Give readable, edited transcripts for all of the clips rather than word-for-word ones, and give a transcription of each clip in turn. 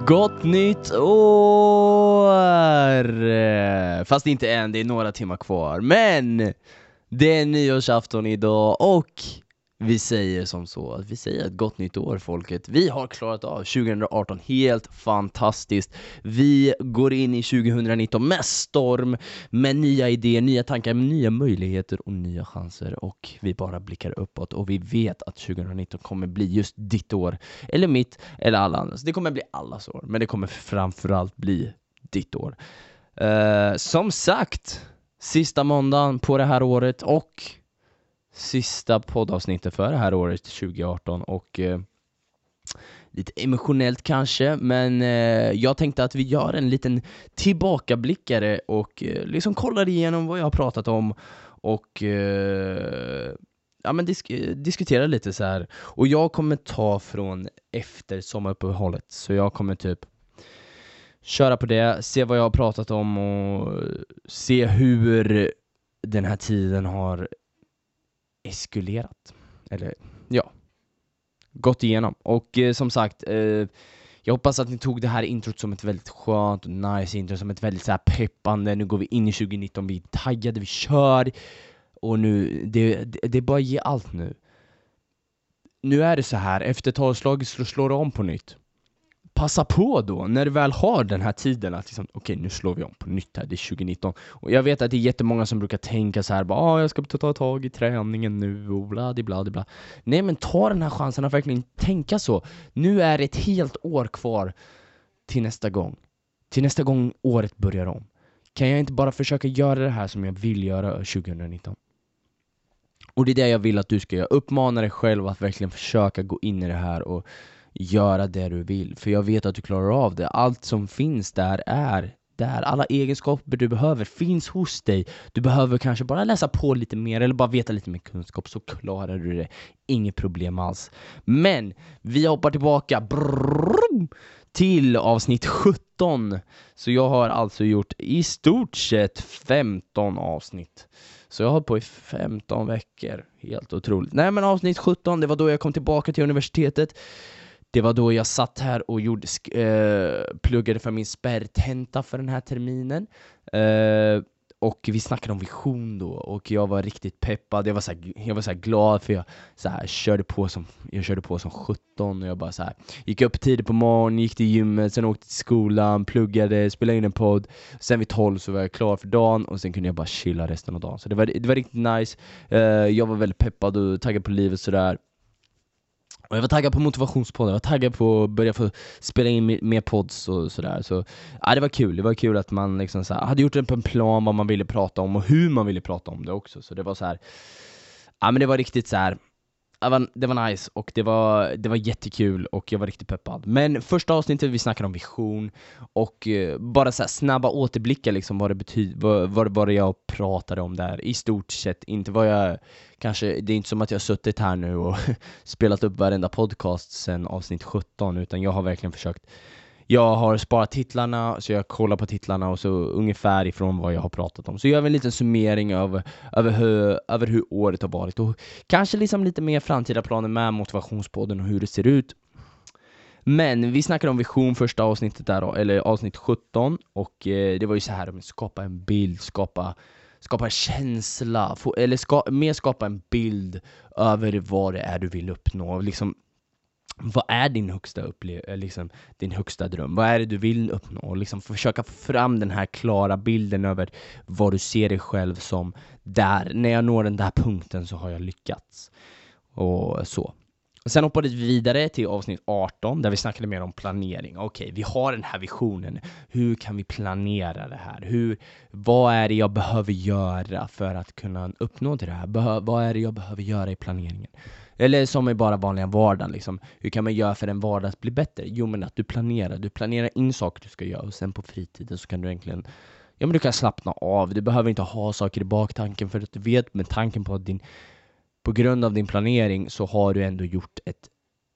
Gott nytt år! Fast inte än, det är några timmar kvar. Men det är nyårsafton idag och vi säger som så att vi säger ett gott nytt år, folket. Vi har klarat av 2018 helt fantastiskt. Vi går in i 2019 med storm, med nya idéer, nya tankar, med nya möjligheter och nya chanser. Och vi bara blickar uppåt och vi vet att 2019 kommer bli just ditt år. Eller mitt, eller alla andras. Det kommer bli allas år, men det kommer framförallt bli ditt år. Som sagt, sista måndagen på det här året och sista poddavsnittet för det här året 2018 och lite emotionellt kanske, men jag tänkte att vi gör en liten tillbakablickare och liksom kollar igenom vad jag har pratat om och diskutera lite så här. Och jag kommer ta från efter sommaruppehållet, så jag kommer typ köra på det, se vad jag har pratat om och se hur den här tiden har eskalerat. Eller ja, gått igenom. Och som sagt, jag hoppas att ni tog det här introt som ett väldigt skönt och nice intro, som ett väldigt så här peppande. Nu går vi in i 2019, vi är taggade, vi kör. Och nu, det är bara ge allt nu. Nu är det så här, efter talslaget slår det om på nytt. Passa på då, när du väl har den här tiden att liksom, okej, nu slår vi om på nytt här, det är 2019. Och jag vet att det är jättemånga som brukar tänka så här, jag ska ta tag i träningen nu och bla. Nej, men ta den här chansen att verkligen tänka så. Nu är det ett helt år kvar till nästa gång. Till nästa gång året börjar om. Kan jag inte bara försöka göra det här som jag vill göra 2019? Och det är det jag vill att du ska göra. Uppmana dig själv att verkligen försöka gå in i det här och göra det du vill. För jag vet att du klarar av det. Allt som finns där är där. Alla egenskaper du behöver finns hos dig. Du behöver kanske bara läsa på lite mer eller bara veta lite mer kunskap, så klarar du det. Inget problem alls. Men vi hoppar tillbaka till avsnitt 17. Så jag har alltså gjort i stort sett 15 avsnitt. Så jag har hållit på i 15 veckor. Helt otroligt. Nej, men avsnitt 17, det var då jag kom tillbaka till universitetet. Det var då jag satt här och pluggade för min spärrtenta för den här terminen. Och vi snackade om vision då. Och jag var riktigt peppad. Jag var så här glad, för jag körde på som 17. Och jag bara så här gick upp tidigt på morgonen, gick till gymmet, sen åkte till skolan, pluggade, spelade in en podd. Sen vid 12 så var jag klar för dagen. Och sen kunde jag bara chilla resten av dagen. Så det var riktigt nice. Jag var väldigt peppad och taggad på livet sådär. Och jag var taggad på motivationspodden. Jag var taggad på att börja få spela in mer pods och sådär. Så ja, det var kul. Det var kul att man liksom så här, hade gjort en plan vad man ville prata om och hur man ville prata om det också. Så det var så här, ja, men det var riktigt så här. Det var nice och det var jättekul och jag var riktigt peppad. Men första avsnittet vi snackade om vision och bara så här snabba återblickar liksom vad det betyder, vad det jag pratade om där i stort sett. Inte vad jag kanske, det är inte som att jag har suttit här nu och spelat upp varenda podcast sen avsnitt 17, utan jag har verkligen försökt. Jag har sparat titlarna, så jag kollar på titlarna och så ungefär ifrån vad jag har pratat om. Så jag gör en liten summering över hur året har varit. Och kanske liksom lite mer framtida planer med motivationspodden och hur det ser ut. Men vi snackade om vision första avsnittet där då, eller avsnitt 17. Och det var ju så här om att skapa en bild, skapa en känsla. Skapa en bild över vad det är du vill uppnå. Liksom, vad är din din högsta dröm? Vad är det du vill uppnå? Liksom försöka få fram den här klara bilden över vad du ser dig själv som. Där, när jag når den där punkten så har jag lyckats. Och så. Sen hoppade vi vidare till avsnitt 18 där vi snackade mer om planering. Okej, vi har den här visionen. Hur kan vi planera det här? Vad är det jag behöver göra för att kunna uppnå till det här? Vad är det jag behöver göra i planeringen? Eller som är bara vanliga vardagen liksom. Hur kan man göra för en vardag att bli bättre? Jo, men att du planerar in saker du ska göra, och sen på fritiden så kan du egentligen, ja, men du kan slappna av. Du behöver inte ha saker i baktanken, för att du vet med tanken på att på grund av din planering så har du ändå gjort ett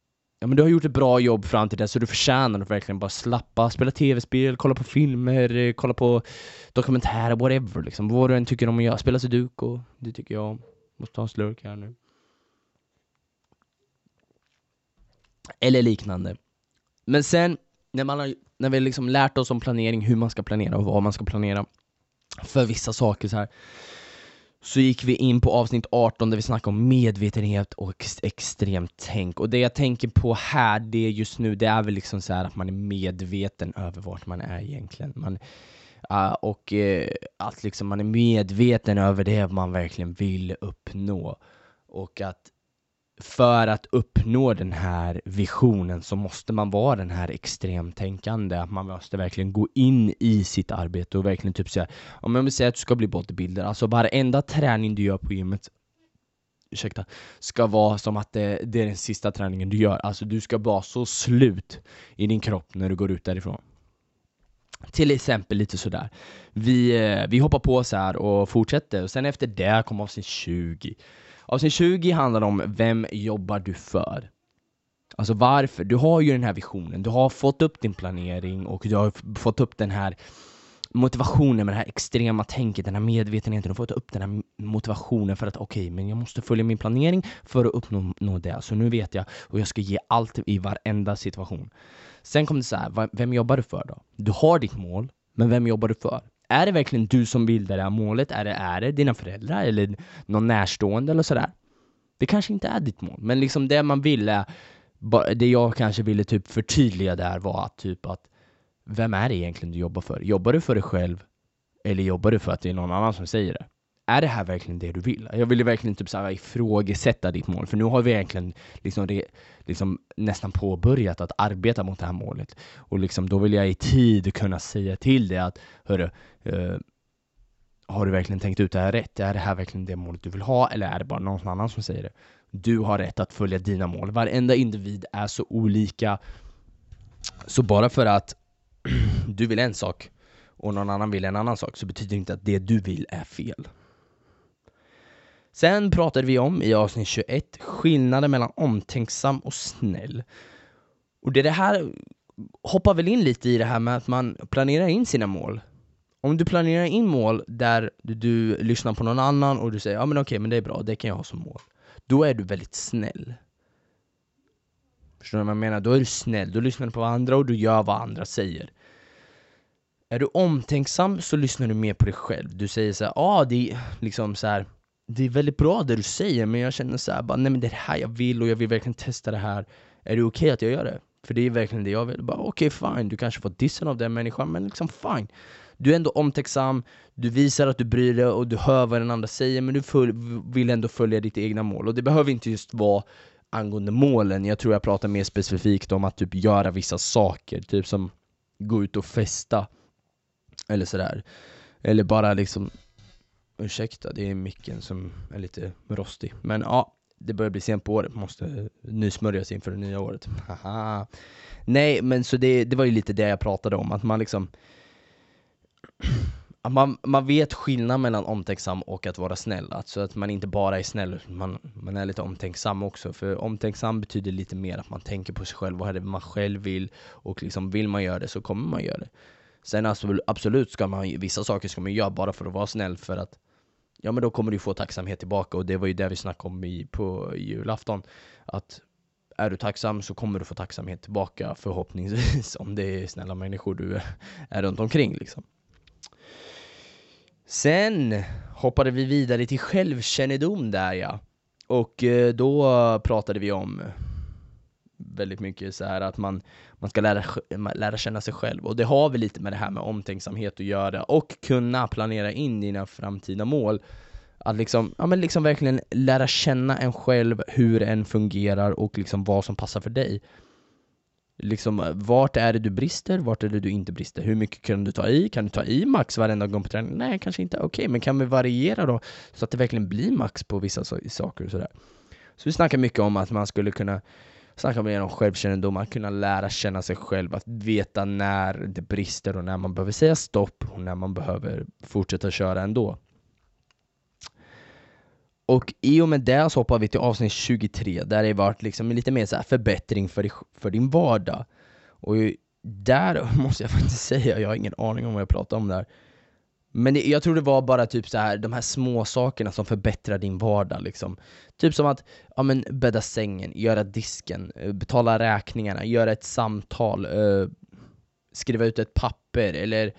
bra jobb fram till det, så du förtjänar att verkligen bara slappa, spela tv-spel, kolla på filmer, kolla på dokumentärer, whatever liksom. Vad du än tycker om att göra, spela Sudoku, det tycker jag. Måste ta en slurk här nu. Eller liknande. Men sen när vi liksom lärt oss om planering, hur man ska planera och vad man ska planera för vissa saker så här, så gick vi in på avsnitt 18 där vi snackade om medvetenhet och extremt tänk. Och det jag tänker på här, det är just nu, det är väl liksom så här att man är medveten över vart man är egentligen. Att liksom man är medveten över det man verkligen vill uppnå. Och att för att uppnå den här visionen så måste man vara den här extremtänkande. Att man måste verkligen gå in i sitt arbete och verkligen typ säga, om jag vill säga att du ska bli bodybuilder, alltså varenda träning du gör på gymmet ska vara som att det är den sista träningen du gör. Alltså du ska vara så slut i din kropp när du går ut därifrån. Till exempel lite sådär. Vi hoppar på så här och fortsätter. Och sen efter det kommer avsnitt 20. Avsnitt 20 handlar om vem jobbar du för? Alltså varför? Du har ju den här visionen. Du har fått upp din planering och du har fått upp den här motivationen med det här extrema tänket, den här medvetenheten. Du har fått upp den här motivationen för att okej, men jag måste följa min planering för att uppnå det. Så nu vet jag och jag ska ge allt i varenda situation. Sen kommer det så här, vem jobbar du för då? Du har ditt mål, men vem jobbar du för? Är det verkligen du som vill det här målet? Är det dina föräldrar eller någon närstående eller sådär? Det kanske inte är ditt mål, men liksom det man ville, det jag kanske ville typ förtydliga där var att typ att vem är det egentligen du jobbar för? Jobbar du för dig själv eller jobbar du för att det är någon annan som säger det? Är det här verkligen det du vill? Jag ville verkligen typ så här ifrågasätta ditt mål, för nu har vi egentligen liksom nästan påbörjat att arbeta mot det här målet. Och liksom då vill jag i tid kunna säga till det att hörru, har du verkligen tänkt ut det här rätt? Är det här verkligen det målet du vill ha eller är det bara någon annan som säger det? Du har rätt att följa dina mål. Varenda individ är så olika. Så bara för att du vill en sak och någon annan vill en annan sak så betyder det inte att det du vill är fel. Sen pratade vi om i avsnitt 21 skillnaden mellan omtänksam och snäll. Och det här hoppar väl in lite i det här med att man planerar in sina mål. Om du planerar in mål där du lyssnar på någon annan och du säger, ja men okej, men det är bra, det kan jag ha som mål. Då är du väldigt snäll. Förstår du vad jag menar? Då är du snäll, du lyssnar på andra och du gör vad andra säger. Är du omtänksam så lyssnar du mer på dig själv. Du säger så här, det är liksom så här, det är väldigt bra det du säger, men jag känner så här, bara, nej men det är det här jag vill och jag vill verkligen testa det här. Är det okej att jag gör det? För det är verkligen det jag vill. Bara okej, fine, du kanske får dissen av den människan, men liksom fine. Du är ändå omtänksam, du visar att du bryr dig och du hör vad den andra säger, men du vill ändå följa ditt egna mål. Och det behöver inte just vara angående målen. Jag tror jag pratar mer specifikt om att typ göra vissa saker, typ som gå ut och festa eller sådär. Eller bara liksom, ursäkta, det är micken som är lite rostig. Men ja, det börjar bli sent på året, måste nysmörjas inför det nya året. Haha. Nej, men så det var ju lite det jag pratade om, att man liksom man vet skillnad mellan omtänksam och att vara snäll. Alltså att man inte bara är snäll, man är lite omtänksam också. För omtänksam betyder lite mer att man tänker på sig själv, vad är det man själv vill, och liksom vill man göra det så kommer man göra det. Sen absolut vissa saker ska man göra bara för att vara snäll, för att ja, men då kommer du få tacksamhet tillbaka. Och det var ju det vi snackade om på julafton, att är du tacksam så kommer du få tacksamhet tillbaka, förhoppningsvis, om det är snälla människor du är runt omkring liksom. Sen hoppade vi vidare till självkännedom där, ja. Och då pratade vi om väldigt mycket så här att man ska lära känna sig själv. Och det har vi lite med det här med omtänksamhet att göra, och kunna planera in dina framtida mål. Att liksom verkligen lära känna en själv, hur en fungerar och liksom vad som passar för dig. Liksom, vart är det du brister, vart är det du inte brister, hur mycket kan du ta i, kan du ta i max varenda gång på träning? Nej, kanske inte, okej, men kan vi variera då så att det verkligen blir max på vissa saker och sådär. Så vi snackar mycket om att man skulle kunna snacka mer om självkännedom, att kunna lära känna sig själv, att veta när det brister och när man behöver säga stopp och när man behöver fortsätta köra ändå. Och i och med det så hoppar vi till avsnitt 23, där det varit liksom lite mer så här förbättring för din vardag. Och där måste jag faktiskt säga, jag har ingen aning om vad jag pratar om där. Men jag tror det var bara typ så här, de här små sakerna som förbättrar din vardag liksom. Typ som att bädda sängen, göra disken, betala räkningarna, göra ett samtal, skriva ut ett papper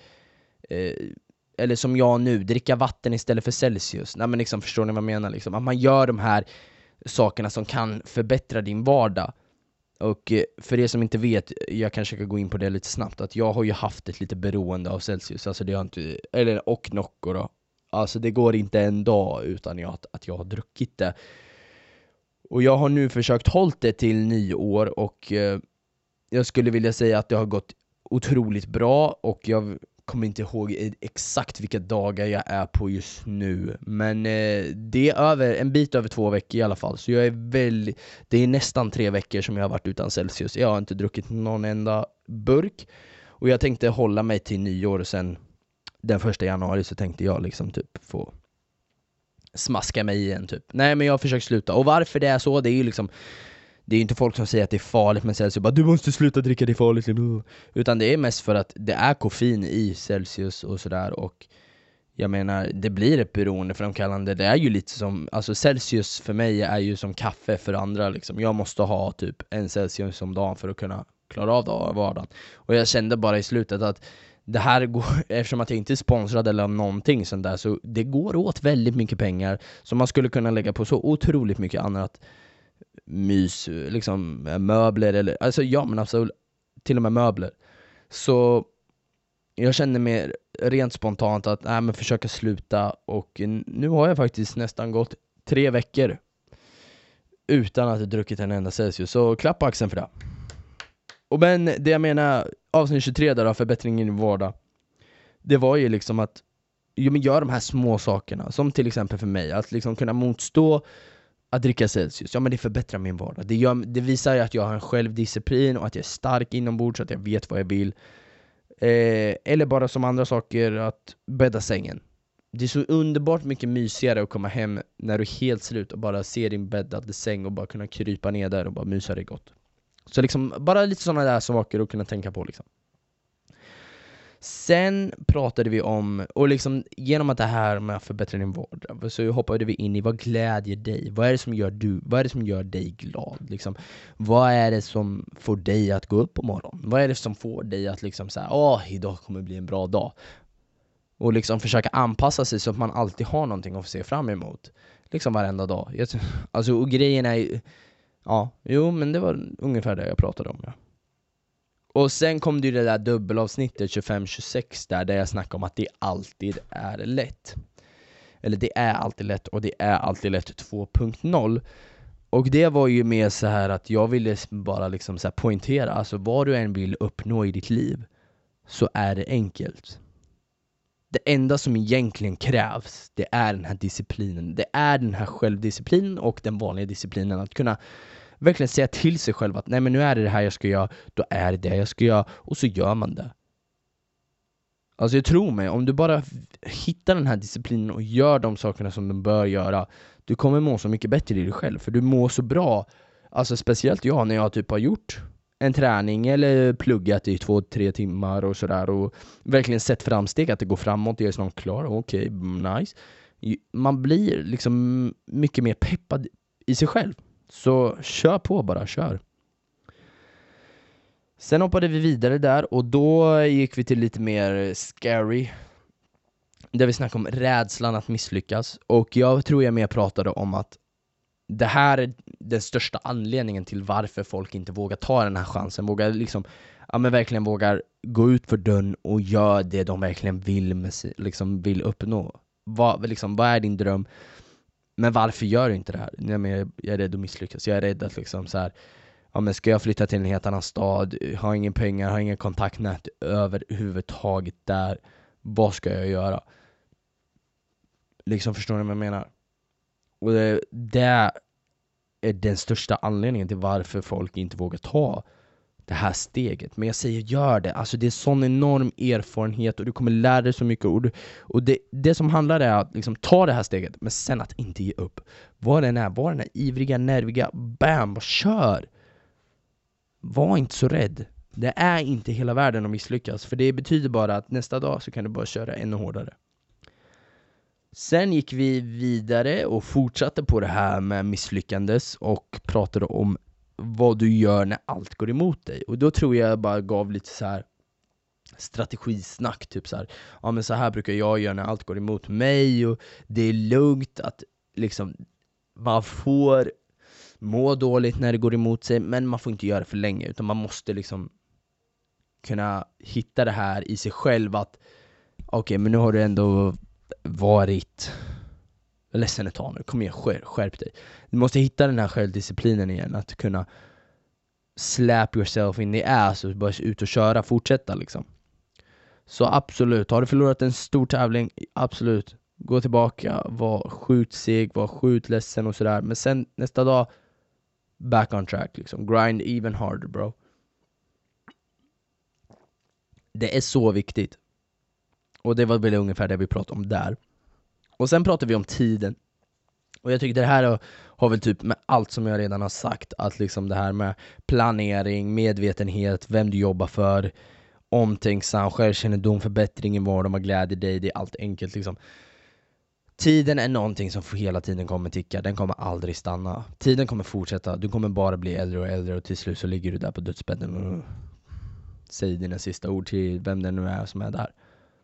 eller som jag nu, dricka vatten istället för Celsius. Nej, men liksom, förstår ni vad jag menar? Liksom, att man gör de här sakerna som kan förbättra din vardag. Och för er som inte vet, jag kanske kan gå in på det lite snabbt, att jag har ju haft ett lite beroende av Celsius, alltså det har inte, och Nocco då. Alltså det går inte en dag utan att jag har druckit det. Och jag har nu försökt hålla det till nyår, och jag skulle vilja säga att det har gått otroligt bra, och jag kommer inte ihåg exakt vilka dagar jag är på just nu, men det är en bit över 2 veckor i alla fall, så det är nästan 3 veckor som jag har varit utan Celsius. Jag har inte druckit någon enda burk, och jag tänkte hålla mig till nyår, och sen den 1 januari så tänkte jag liksom typ få smaska mig igen typ. Nej, men jag har försökt sluta, och varför det är så, det är ju liksom, det är inte folk som säger att det är farligt med Celsius, bara du måste sluta dricka, det är farligt. Utan det är mest för att det är koffein i Celsius och sådär. Och jag menar, det blir ett beroendeframkallande. Det är ju lite som, alltså Celsius för mig är ju som kaffe för andra liksom. Jag måste ha typ 1 Celsius om dagen för att kunna klara av vardagen. Och jag kände bara i slutet att det här går, eftersom att jag inte är sponsrad eller någonting sånt där, så det går åt väldigt mycket pengar som man skulle kunna lägga på så otroligt mycket annat mys, liksom möbler eller, alltså ja, men alltså till och med möbler. Så jag kände mig rent spontant att men försöka sluta, och nu har jag faktiskt nästan gått 3 veckor utan att ha druckit en enda Celsius, så klapp på axeln för det. Och men det jag menar, avsnitt 23 där, förbättringen i vardag, det var ju liksom att gör de här små sakerna, som till exempel för mig, att liksom kunna motstå att dricka Celsius. Ja, men det förbättrar min vardag. Det visar ju att jag har en självdisciplin och att jag är stark inombords, så att jag vet vad jag vill. Eller bara som andra saker, att bädda sängen. Det är så underbart mycket mysigare att komma hem när du är helt slut och bara se din bäddade säng och bara kunna krypa ner där och bara mysa det gott. Så liksom bara lite sådana där saker att kunna tänka på liksom. Sen pratade vi om, och liksom genom att det här med att förbättra din vardag, så hoppade vi in i vad glädjer dig. Vad är det som gör dig glad liksom? Vad är det som får dig att gå upp på morgonen? Vad är det som får dig att liksom säga, idag kommer bli en bra dag? Och liksom försöka anpassa sig så att man alltid har någonting att se fram emot liksom varenda dag. Alltså, och grejen är ju, men det var ungefär det jag pratade om, ja. Och sen kom det ju det där dubbelavsnittet 25-26 där jag snackade om att det alltid är lätt. Eller det är alltid lätt, och det är alltid lätt 2.0. Och det var ju mer så här att jag ville bara liksom så här poängtera, alltså vad du än vill uppnå i ditt liv så är det enkelt. Det enda som egentligen krävs, det är den här disciplinen. Det är den här självdisciplinen och den vanliga disciplinen att kunna verkligen säga till sig själv att nej, men nu är det här jag ska göra, då är det jag ska göra, och så gör man det. Alltså jag tror mig, om du bara hittar den här disciplinen och gör de sakerna som du bör göra, du kommer må så mycket bättre i dig själv, för du mår så bra. Alltså speciellt jag, när jag typ har gjort en träning eller pluggat i 2-3 timmar och sådär, och verkligen sett framsteg, att det går framåt, jag är snart klar, okej, nice. Man blir liksom mycket mer peppad i sig själv. Så kör på, bara kör. Sen hoppade vi vidare där, och då gick vi till lite mer scary, där vi snackade om rädslan att misslyckas. Och jag tror jag mer pratade om att det här är den största anledningen till varför folk inte vågar ta den här chansen, vågar liksom, verkligen vågar gå ut för dörren och göra det de verkligen vill uppnå. Vad är din dröm? Men varför gör du inte det här? Jag är rädd att misslyckas. Jag är rädd att liksom så här, men ska jag flytta till en helt annan stad, har ingen pengar, har ingen kontaktnät överhuvudtaget där, vad ska jag göra? Liksom, förstår ni vad jag menar? Och det är den största anledningen till varför folk inte vågar ta det här steget. Men jag säger, gör det. Alltså det är sån enorm erfarenhet, och du kommer lära dig så mycket. Och det som handlar är att liksom ta det här steget, men sen att inte ge upp. Var den här ivriga, nerviga, bam, bara kör. Var inte så rädd. Det är inte hela världen att misslyckas, för det betyder bara att nästa dag så kan du bara köra ännu hårdare. Sen gick vi vidare och fortsatte på det här med misslyckandes och pratade om vad du gör när allt går emot dig. Och då tror jag bara gav lite så här strategisnack, typ så här. Ja, men så här brukar jag göra när allt går emot mig, och det är lugnt att liksom man får må dåligt när det går emot sig, men man får inte göra det för länge, utan man måste liksom kunna hitta det här i sig själv, att okej, men nu har du ändå varit ledsen ett tag nu, kom igen, skärp dig. Du måste hitta den här självdisciplinen igen, att kunna slap yourself in the ass och bara ut och köra, fortsätta liksom. Så absolut, har du förlorat en stor tävling, absolut, gå tillbaka, var sjukt seg, var sjukt ledsen och sådär, men sen nästa dag back on track liksom, grind even harder bro. Det är så viktigt. Och det var väl ungefär det vi pratade om där. Och sen pratar vi om tiden. Och jag tycker det här har väl typ med allt som jag redan har sagt, att liksom det här med planering, medvetenhet, vem du jobbar för, omtänksam, självkännedom, förbättring i vardagen, vad glädjer dig, det är allt enkelt liksom. Tiden är någonting som hela tiden kommer ticka, den kommer aldrig stanna. Tiden kommer fortsätta, du kommer bara bli äldre och äldre, och till slut så ligger du där på dödsbädden och säger dina sista ord till vem det nu är som är där.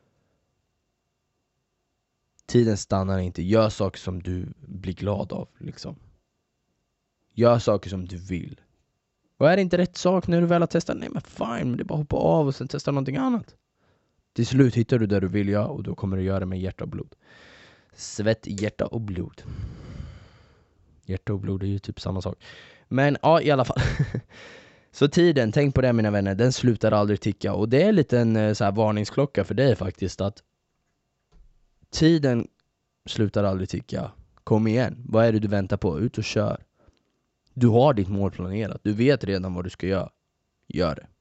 Tiden stannar inte. Gör saker som du blir glad av liksom. Gör saker som du vill. Och är det inte rätt sak när du väl har testat, nej men fine, det är bara att hoppa av och sen testa någonting annat. Till slut hittar du där du vill och då kommer du göra det med hjärta och blod. Svett, hjärta och blod. Hjärta och blod är ju typ samma sak. Men ja, i alla fall. Så tiden, tänk på det mina vänner, den slutar aldrig ticka. Och det är lite en så här varningsklocka för dig faktiskt, att tiden slutar aldrig ticka. Kom igen, vad är det du väntar på? Ut och kör. Du har ditt mål planerat, du vet redan vad du ska göra. Gör det.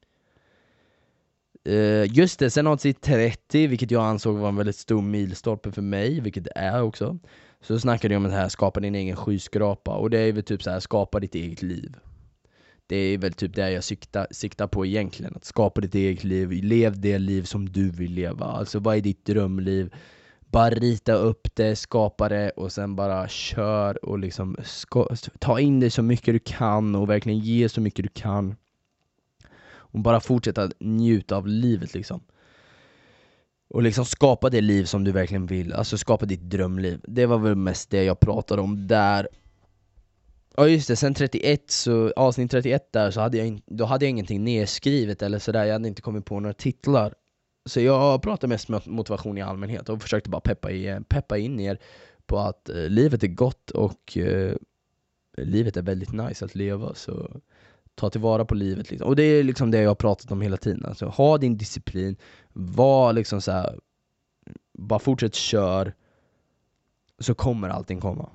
Just det, sen avsnitt 30, vilket jag ansåg var en väldigt stor milstolpe för mig, vilket det är också. Så snackade jag om det här, skapa din egen skyskrapa. Och det är väl typ så här, skapa ditt eget liv. Det är väl typ det jag siktar på egentligen. Att skapa ditt eget liv, lev det liv som du vill leva. Alltså vad är ditt drömliv? Bara rita upp det, skapa det och sen bara kör och liksom ta in det så mycket du kan och verkligen ge så mycket du kan. Och bara fortsätta njuta av livet liksom. Och liksom skapa det liv som du verkligen vill. Alltså skapa ditt drömliv. Det var väl mest det jag pratade om där. Ja just det, sen 31, så avsnitt 31 där, så hade jag ingenting nedskrivet eller sådär. Jag hade inte kommit på några titlar. Så jag pratade mest med motivation i allmänhet och försökte bara peppa in er på att livet är gott och livet är väldigt nice att leva. Så ta tillvara på livet liksom. Och det är liksom det jag har pratat om hela tiden. Alltså, ha din disciplin, var liksom så här, bara fortsätt kör, så kommer allting komma.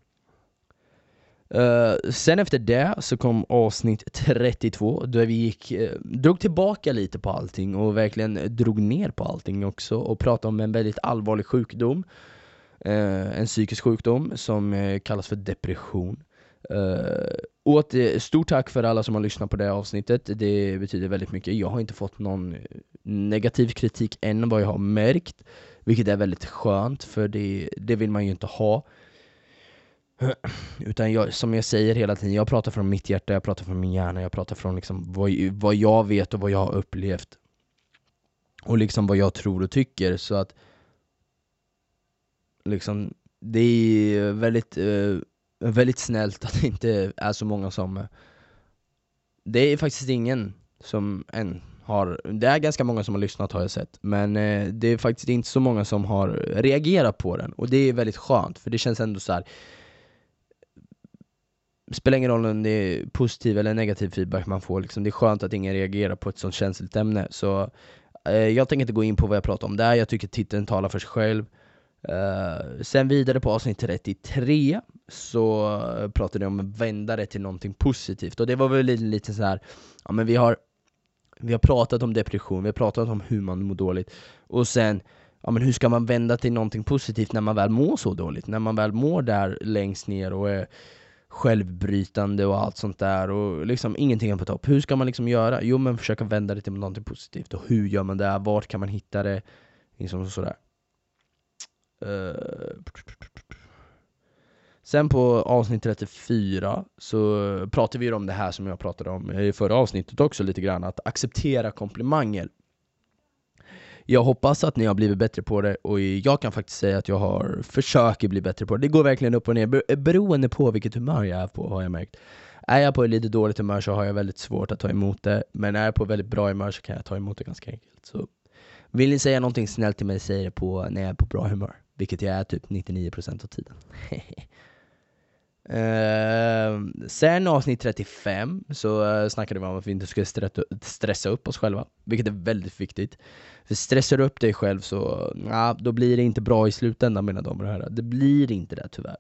Sen efter det så kom avsnitt 32 där vi drog tillbaka lite på allting och verkligen drog ner på allting också och pratade om en väldigt allvarlig sjukdom, en psykisk sjukdom som kallas för depression. Stort tack för alla som har lyssnat på det avsnittet. Det betyder väldigt mycket. Jag har inte fått någon negativ kritik än vad jag har märkt, vilket är väldigt skönt, för det vill man ju inte ha. Utan som jag säger hela tiden, jag pratar från mitt hjärta, jag pratar från min hjärna, jag pratar från liksom vad jag vet och vad jag har upplevt och liksom vad jag tror och tycker. Så att liksom det är väldigt snällt att det inte är så många som, det är faktiskt ingen som än har, det är ganska många som har lyssnat har jag sett, men det är faktiskt inte så många som har reagerat på den, och det är väldigt skönt, för det känns ändå så här. Spelar ingen roll om det är positiv eller negativ feedback man får liksom. Det är skönt att ingen reagerar på ett sånt känsligt ämne. Så jag tänker inte gå in på vad jag pratar om där. Jag tycker titeln talar för sig själv. Sen vidare på avsnitt 33 så pratade jag om att vända det till någonting positivt. Och det var väl lite så här, ja, men vi har pratat om depression, vi har pratat om hur man mår dåligt. Och sen, ja, men hur ska man vända till någonting positivt när man väl mår så dåligt? När man väl mår där längst ner och är självbrytande och allt sånt där och liksom ingenting är på topp. Hur ska man liksom göra? Jo, men försöka vända det till någonting positivt. Och hur gör man det? Vart kan man hitta det? Liksom sådär. Sen på avsnitt 34 så pratade vi om det här som jag pratade om i förra avsnittet också lite grann. Att acceptera komplimanger. Jag hoppas att ni har blivit bättre på det, och jag kan faktiskt säga att jag har försökt bli bättre på det. Det går verkligen upp och ner, beroende på vilket humör jag är på, har jag märkt. Är jag på ett lite dåligt humör så har jag väldigt svårt att ta emot det, men är jag på väldigt bra humör så kan jag ta emot det ganska enkelt. Så vill ni säga någonting snällt till mig, säg det på när jag är på bra humör, vilket jag är typ 99% av tiden. Sen avsnitt 35 så snackade vi om att vi inte skulle stressa upp oss själva, vilket är väldigt viktigt. För stressar du upp dig själv så då blir det inte bra i slutändan, mina damer och herrar. Det blir inte det, tyvärr.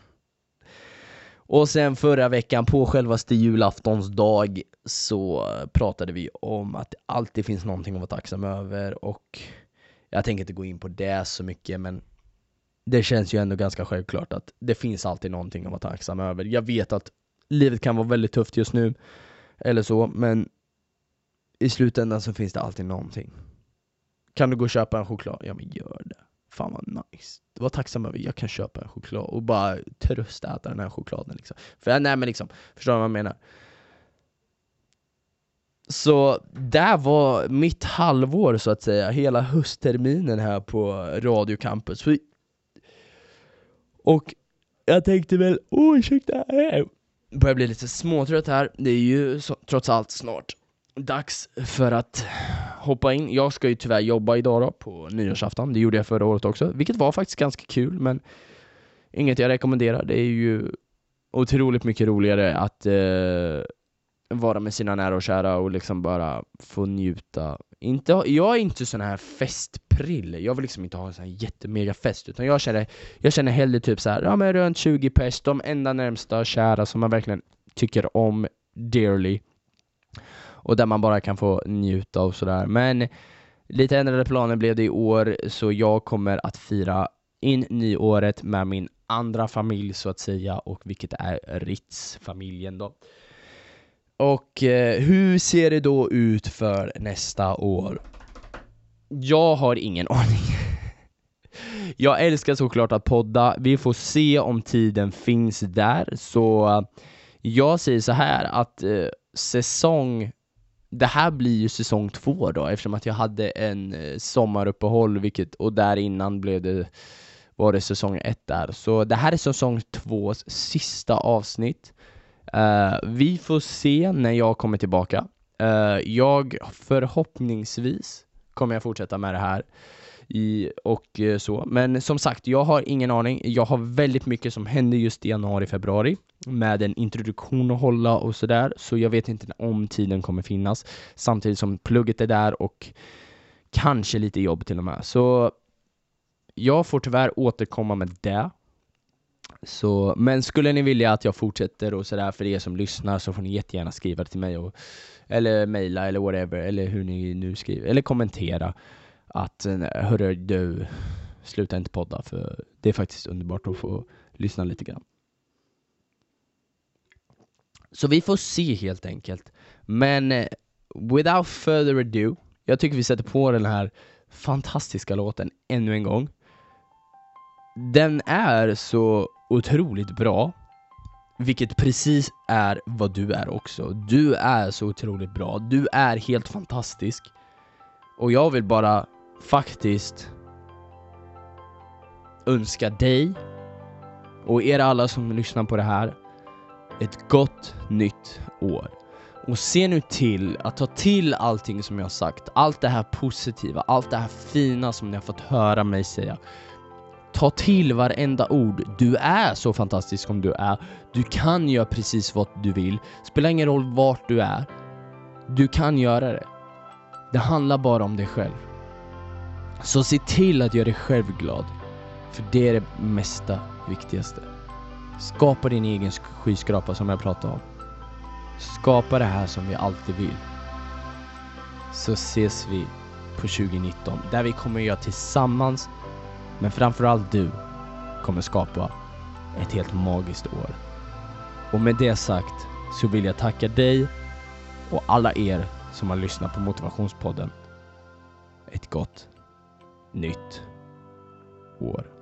Och sen förra veckan på självaste julaftons dag så pratade vi om att det alltid finns någonting att vara tacksam över, och jag tänker inte gå in på det så mycket, men det känns ju ändå ganska självklart att det finns alltid någonting att vara tacksam över. Jag vet att livet kan vara väldigt tufft just nu, eller så, men i slutändan så finns det alltid någonting. Kan du gå och köpa en choklad? Ja, men gör det. Fan vad nice. Var tacksam över, jag kan köpa en choklad och bara tröstäta den här chokladen liksom. Förstår du vad jag menar? Så där var mitt halvår, så att säga, hela höstterminen här på Radio Campus. Och jag tänkte väl, ursäkta, jag börjar bli lite småtrött här. Det är ju trots allt snart dags för att hoppa in. Jag ska ju tyvärr jobba idag då, på nyårsafton. Det gjorde jag förra året också, vilket var faktiskt ganska kul, men inget jag rekommenderar. Det är ju otroligt mycket roligare att vara med sina nära och kära och liksom bara få njuta. Jag är inte sån här festprill. Jag vill liksom inte ha en sån här jättemega fest, utan jag känner hellre typ så här, men runt 20 pers, de enda närmsta kära som man verkligen tycker om dearly, och där man bara kan få njuta och sådär. Men lite ändrade planer blev det i år, så jag kommer att fira in nyåret med min andra familj, så att säga, och vilket är Ritz-familjen då. Och hur ser det då ut för nästa år? Jag har ingen aning. Jag älskar såklart att podda. Vi får se om tiden finns där. Så jag säger så här att det här blir ju säsong 2 då, eftersom att jag hade en sommaruppehåll, och där innan var det säsong 1 där. Så det här är säsong 2:s sista avsnitt. Vi får se när jag kommer tillbaka. Förhoppningsvis kommer jag fortsätta med det här så. Men som sagt, jag har ingen aning. Jag har väldigt mycket som händer just i januari-februari, med en introduktion att hålla och sådär. Så jag vet inte om tiden kommer finnas, samtidigt som plugget är där och kanske lite jobb till och med. Så jag får tyvärr återkomma med det. Så, men skulle ni vilja att jag fortsätter och sådär, för er som lyssnar, så får ni jättegärna skriva det till mig eller mejla eller whatever, eller hur ni nu skriver, eller kommentera att hörru du, sluta inte podda, för det är faktiskt underbart att få lyssna lite grann. Så vi får se helt enkelt. Men without further ado, jag tycker vi sätter på den här fantastiska låten ännu en gång. Den är så otroligt bra, vilket precis är vad du är också. Du är så otroligt bra. Du är helt fantastisk. Och jag vill bara faktiskt önska dig och er alla som lyssnar på det här ett gott nytt år. Och se nu till att ta till allting som jag har sagt. Allt det här positiva, allt det här fina som ni har fått höra mig säga. Ta till varenda ord. Du är så fantastisk som du är. Du kan göra precis vad du vill. Spelar ingen roll vart du är. Du kan göra det. Det handlar bara om dig själv. Så se till att göra dig själv glad. För det är det mesta viktigaste. Skapa din egen skyskrapa som jag pratade om. Skapa det här som vi alltid vill. Så ses vi på 2019. Där vi kommer göra tillsammans. Men framförallt du kommer skapa ett helt magiskt år. Och med det sagt så vill jag tacka dig och alla er som har lyssnat på Motivationspodden. Ett gott nytt år.